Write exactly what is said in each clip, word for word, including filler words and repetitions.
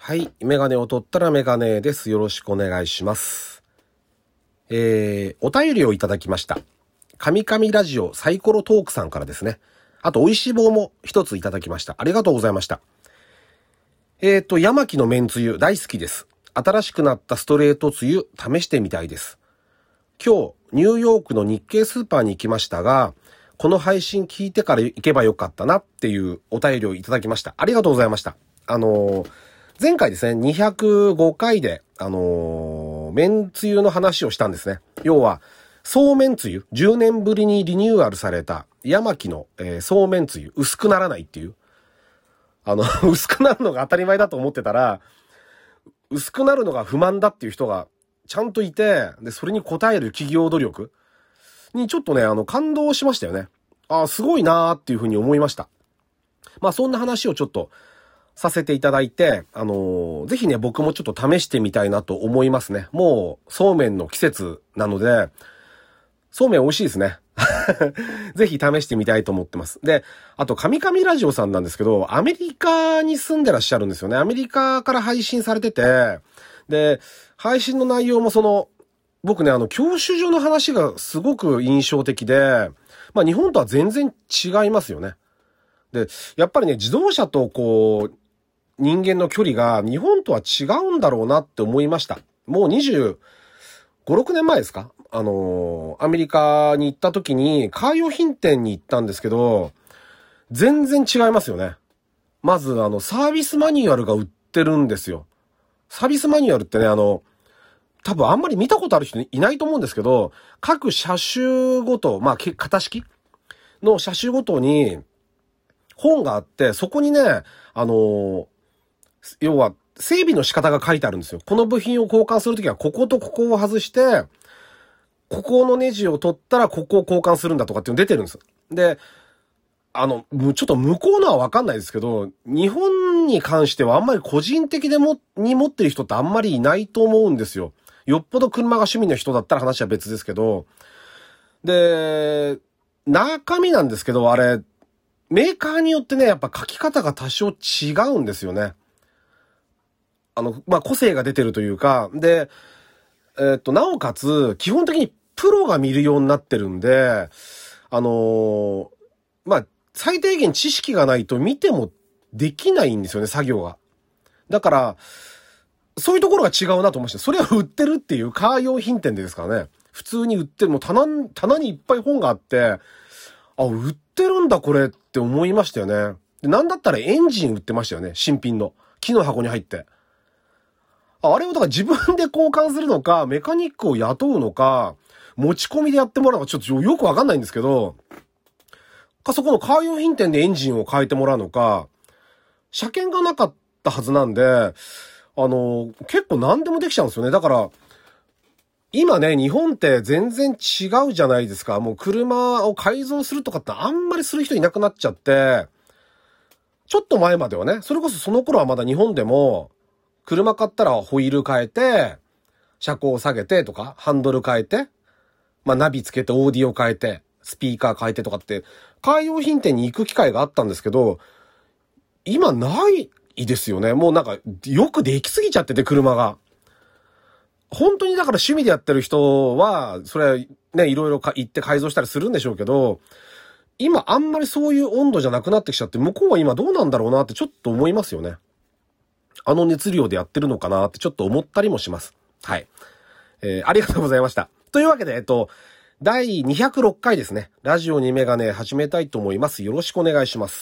はい。メガネを取ったらメガネです。よろしくお願いします。えー、お便りをいただきました。神々ラジオサイコロトークさんからですね。あと、美味しい棒も一ついただきました。ありがとうございました。えーと、山木の麺つゆ大好きです。新しくなったストレートつゆ試してみたいです。今日、ニューヨークの日系スーパーに行きましたが、この配信聞いてから行けばよかったなっていうお便りをいただきました。ありがとうございました。あのー、前回ですね、にひゃくごかいで、あのー、麺つゆの話をしたんですね。要は、そうめんつゆ、じゅうねんぶりにリニューアルされた、山木の、えー、そうめんつゆ、薄くならないっていう。あの、薄くなるのが当たり前だと思ってたら、薄くなるのが不満だっていう人がちゃんといて、で、それに応える企業努力にちょっとね、あの、感動しましたよね。ああ、すごいなーっていうふうに思いました。まあ、そんな話をちょっと、させていただいて、あのー、ぜひね、僕もちょっと試してみたいなと思いますね。もう、そうめんの季節なので、そうめん美味しいですね。ぜひ試してみたいと思ってます。で、あと、神々ラジオさんなんですけど、アメリカに住んでらっしゃるんですよね。アメリカから配信されてて、で、配信の内容もその、僕ね、あの、教習所の話がすごく印象的で、まあ、日本とは全然違いますよね。で、やっぱりね、自動車とこう、人間の距離が日本とは違うんだろうなって思いました。もうにじゅうご、ろくねんまえですか？あのー、アメリカに行った時にカー用品店に行ったんですけど、全然違いますよね。まずあの、サービスマニュアルが売ってるんですよ。サービスマニュアルってね、あの、多分あんまり見たことある人いないと思うんですけど、各車種ごと、まあ、型式の車種ごとに本があって、そこにね、あのー、要は、整備の仕方が書いてあるんですよ。この部品を交換するときは、こことここを外して、ここのネジを取ったら、ここを交換するんだとかっていうの出てるんです。で、あの、ちょっと向こうのはわかんないですけど、日本に関してはあんまり個人的でも、に持ってる人ってあんまりいないと思うんですよ。よっぽど車が趣味の人だったら話は別ですけど。で、中身なんですけど、あれ、メーカーによってね、やっぱ書き方が多少違うんですよね。あの、まあ、個性が出てるというか、で、えっと、なおかつ、基本的にプロが見るようになってるんで、あのー、まあ、最低限知識がないと見てもできないんですよね、作業が。だから、そういうところが違うなと思いました。それを売ってるっていうカー用品店でですからね。普通に売ってる、もう棚、棚にいっぱい本があって、あ、売ってるんだこれって思いましたよね。で、なんだったらエンジン売ってましたよね、新品の。木の箱に入って。あれをだから自分で交換するのか、メカニックを雇うのか、持ち込みでやってもらうのか、ちょっとよくわかんないんですけど、か、そこのカー用品店でエンジンを変えてもらうのか、車検がなかったはずなんで、あの、結構何でもできちゃうんですよね。だから、今ね、日本って全然違うじゃないですか。もう車を改造するとかってあんまりする人いなくなっちゃって、ちょっと前まではね、それこそその頃はまだ日本でも、車買ったらホイール変えて、車高下げてとか、ハンドル変えて、まあナビつけてオーディオ変えて、スピーカー変えてとかって、カー用品店に行く機会があったんですけど、今ないですよね。もうなんか、よくできすぎちゃってて、車が。本当にだから趣味でやってる人は、それはね、いろいろ言って改造したりするんでしょうけど、今あんまりそういう温度じゃなくなってきちゃって、向こうは今どうなんだろうなってちょっと思いますよね。あの熱量でやってるのかなってちょっと思ったりもします。はい。えー、ありがとうございました。というわけで、えっと、だいにひゃくろっかいですね。ラジオにメガネ始めたいと思います。よろしくお願いします。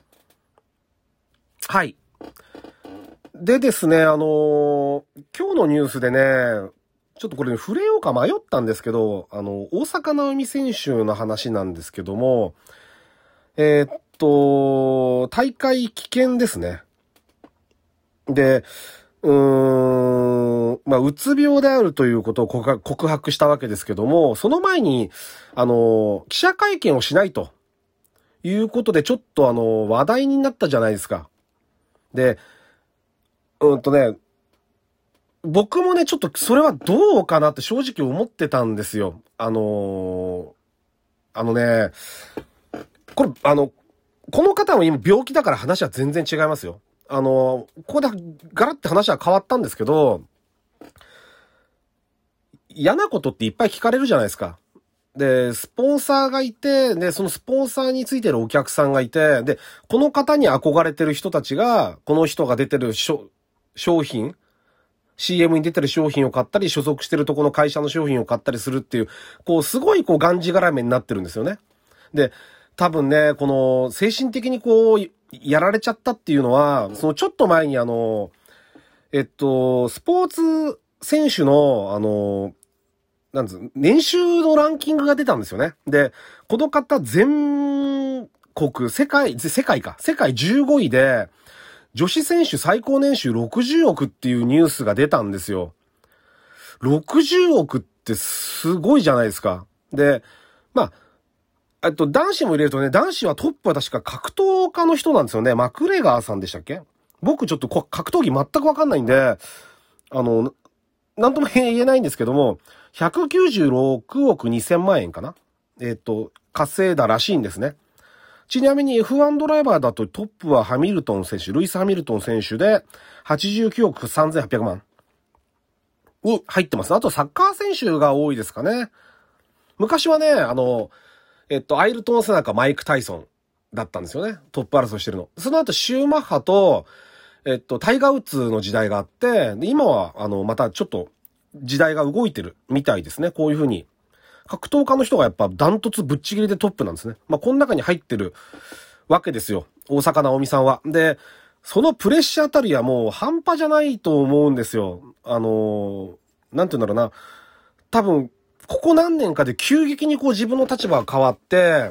はい。でですね、あのー、今日のニュースでね、ちょっとこれ、ね、触れようか迷ったんですけど、あの、大坂なおみ選手の話なんですけども、えー、っと、大会棄権ですね。で、うーん、まあ、うつ病であるということを告白したわけですけども、その前に、あの、記者会見をしないということで、ちょっとあの、話題になったじゃないですか。で、うんとね、僕もね、ちょっとそれはどうかなって正直思ってたんですよ。あのー、あのね、これ、あの、この方は今病気だから話は全然違いますよ。 あの、ここでガラッて話は変わったんですけど、嫌なことっていっぱい聞かれるじゃないですか。で、スポンサーがいて、で、そのスポンサーについてるお客さんがいて、で、この方に憧れてる人たちが、この人が出てる商品、シーエム に出てる商品を買ったり、所属してるとこの会社の商品を買ったりするっていう、こう、すごいこう、がんじがらめになってるんですよね。で、多分ね、この、精神的にこう、やられちゃったっていうのは、そのちょっと前にあの、えっと、スポーツ選手の、あの、なんです、年収のランキングが出たんですよね。で、この方全国、世界、世界か、世界じゅうごいで、女子選手最高年収ろくじゅうおくっていうニュースが出たんですよ。ろくじゅうおくってすごいじゃないですか。で、まあ、えっと、男子も入れるとね、男子はトップは確か格闘家の人なんですよね。マクレガーさんでしたっけ？僕ちょっと格闘技全くわかんないんで、あの、なんとも言えないんですけども、ひゃくきゅうじゅうろくおくにせんまん円かな？えっと、稼いだらしいんですね。ちなみに エフワン ドライバーだとトップはハミルトン選手、ルイス・ハミルトン選手ではちじゅうきゅうおくさんぜんはっぴゃくまんに入ってます。あとサッカー選手が多いですかね。昔はね、あの、えっと、アイルトン・セナかマイク・タイソンだったんですよね。トップ争いしてるの。その後シューマッハと、えっと、タイガー・ウッズの時代があって、で今は、あの、またちょっと時代が動いてるみたいですね。こういう風に。格闘家の人がやっぱダントツぶっちぎりでトップなんですね。まあ、この中に入ってるわけですよ。大坂なおみさんは。で、そのプレッシャーたりはもう半端じゃないと思うんですよ。あのー、なんて言うんだろうな。多分、ここ何年かで急激にこう自分の立場が変わって、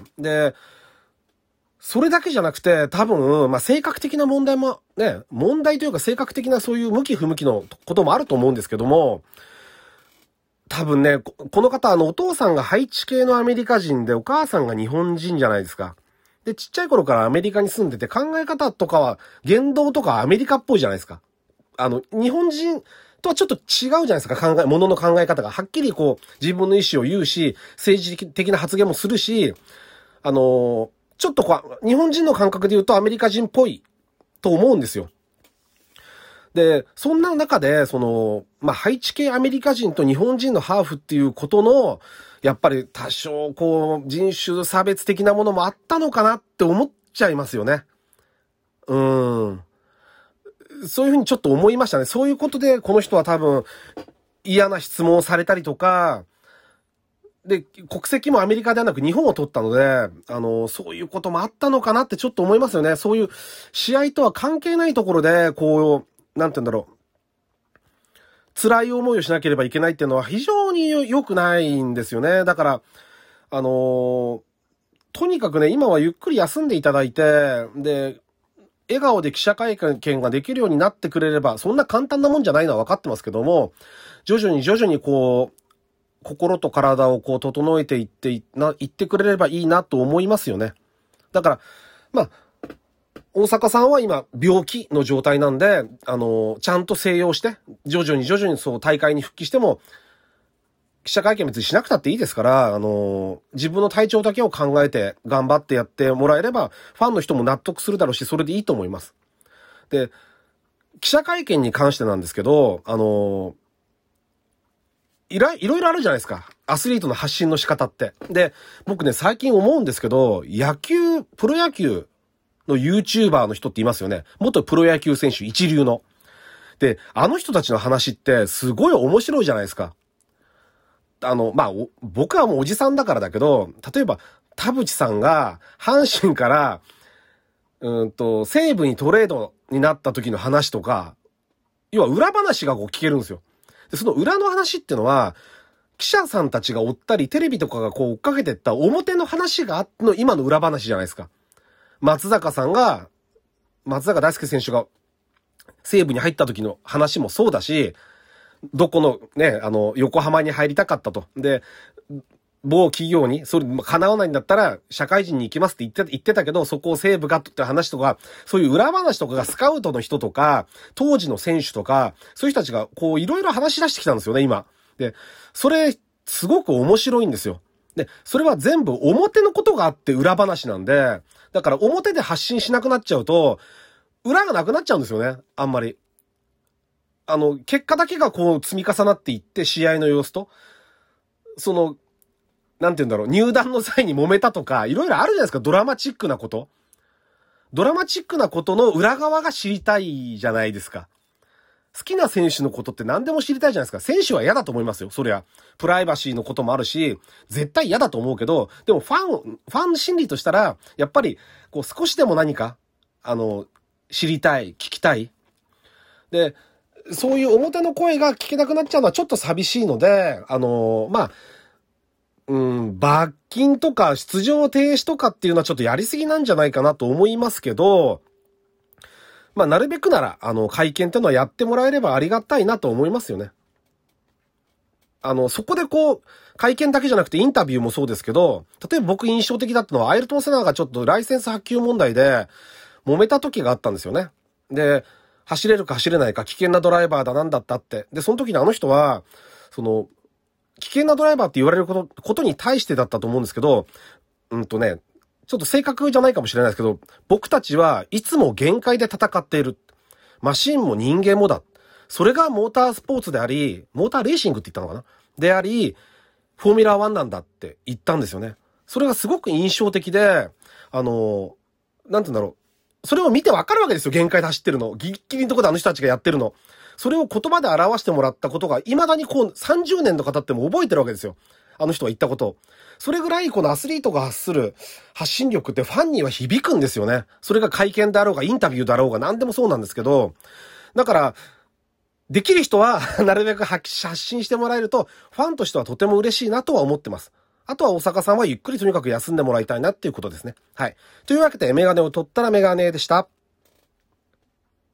で、それだけじゃなくて、多分、まあ、性格的な問題も、ね、問題というか性格的なそういう向き不向きのこともあると思うんですけども、多分ね、この方、あの、お父さんがハイチ系のアメリカ人で、お母さんが日本人じゃないですか。で、ちっちゃい頃からアメリカに住んでて、考え方とかは、言動とかはアメリカっぽいじゃないですか。あの、日本人とはちょっと違うじゃないですか、考え、ものの考え方が。はっきりこう、自分の意思を言うし、政治的な発言もするし、あの、ちょっとこう、日本人の感覚で言うとアメリカ人っぽいと思うんですよ。で、そんな中で、その、まあ、ハイチ系アメリカ人と日本人のハーフっていうことの、やっぱり多少、こう、人種差別的なものもあったのかなって思っちゃいますよね。うーん。そういうふうにちょっと思いましたね。そういうことで、この人は多分、嫌な質問をされたりとか、で、国籍もアメリカではなく日本を取ったので、あの、そういうこともあったのかなってちょっと思いますよね。そういう試合とは関係ないところで、こう、なんて言うんだろう。辛い思いをしなければいけないっていうのは非常に良くないんですよね。だから、あのー、とにかくね、今はゆっくり休んでいただいて、で、笑顔で記者会見ができるようになってくれれば、そんな簡単なもんじゃないのは分かってますけども、徐々に徐々にこう、心と体をこう整えていっていな、いってくれればいいなと思いますよね。だから、まあ、大阪さんは今、病気の状態なんで、あの、ちゃんと静養して、徐々に徐々にそう大会に復帰しても、記者会見別にしなくたっていいですから、あの、自分の体調だけを考えて頑張ってやってもらえれば、ファンの人も納得するだろうし、それでいいと思います。で、記者会見に関してなんですけど、あの、いろいろあるじゃないですか。アスリートの発信の仕方って。で、僕ね、最近思うんですけど、野球、プロ野球の YouTuber の人っていますよね。元プロ野球選手一流の。で、あの人たちの話ってすごい面白いじゃないですか。あの、まあ、僕はもうおじさんだからだけど、例えば、田淵さんが阪神から、うんと、西武にトレードになった時の話とか、要は裏話がこう聞けるんですよ。で、その裏の話ってのは、記者さんたちが追ったり、テレビとかがこう追っかけてった表の話があっての今の裏話じゃないですか。松坂さんが、松坂大輔選手が西武に入った時の話もそうだし、どこのね、あの、横浜に入りたかったと。で、某企業に、それ、叶わないんだったら、社会人に行きますって言って、言ってたけど、そこを西武がって話とか、そういう裏話とかがスカウトの人とか、当時の選手とか、そういう人たちが、こう、いろいろ話し出してきたんですよね、今。で、それ、すごく面白いんですよ。で、それは全部表のことがあって裏話なんで、だから表で発信しなくなっちゃうと、 裏がなくなっちゃうんですよね。あんまり。あの、結果だけがこう積み重なっていって、試合の様子と、その、なんて言うんだろう、入団の際に揉めたとか、いろいろあるじゃないですか、ドラマチックなこと。ドラマチックなことの裏側が知りたいじゃないですか。好きな選手のことって何でも知りたいじゃないですか。選手は嫌だと思いますよ。そりゃ。プライバシーのこともあるし、絶対嫌だと思うけど、でもファン、ファン心理としたら、やっぱり、こう少しでも何か、あの、知りたい、聞きたい。で、そういう表の声が聞けなくなっちゃうのはちょっと寂しいので、あの、まあ、うん、罰金とか出場停止とかっていうのはちょっとやりすぎなんじゃないかなと思いますけど、まあ、なるべくなら、あの、会見っていうのはやってもらえればありがたいなと思いますよね。あの、そこでこう、会見だけじゃなくてインタビューもそうですけど、例えば僕印象的だったのは、アイルトン・セナがちょっとライセンス発給問題で、揉めた時があったんですよね。で、走れるか走れないか危険なドライバーだなんだったって。で、その時にあの人は、その、危険なドライバーって言われること、ことに対してだったと思うんですけど、うんとね、ちょっと正確じゃないかもしれないですけど、僕たちはいつも限界で戦っている。マシンも人間もだ。それがモータースポーツであり、モーターレーシングって言ったのかなであり、フォーミュラーワンなんだって言ったんですよね。それがすごく印象的で、あの、なんて言うんだろう。それを見てわかるわけですよ。限界で走ってるの。ギリギリのところであの人たちがやってるの。それを言葉で表してもらったことが、未だにこうさんじゅうねんとか経っても覚えてるわけですよ。あの人が言ったことを。それぐらいこのアスリートが発する発信力ってファンには響くんですよね。それが会見であろうがインタビューだろうが何でもそうなんですけど、だから、できる人はなるべく発信してもらえると、ファンとしてはとても嬉しいなとは思ってます。あとは大阪さんはゆっくりとにかく休んでもらいたいなっていうことですね。はい。というわけでメガネを取ったらメガネでした。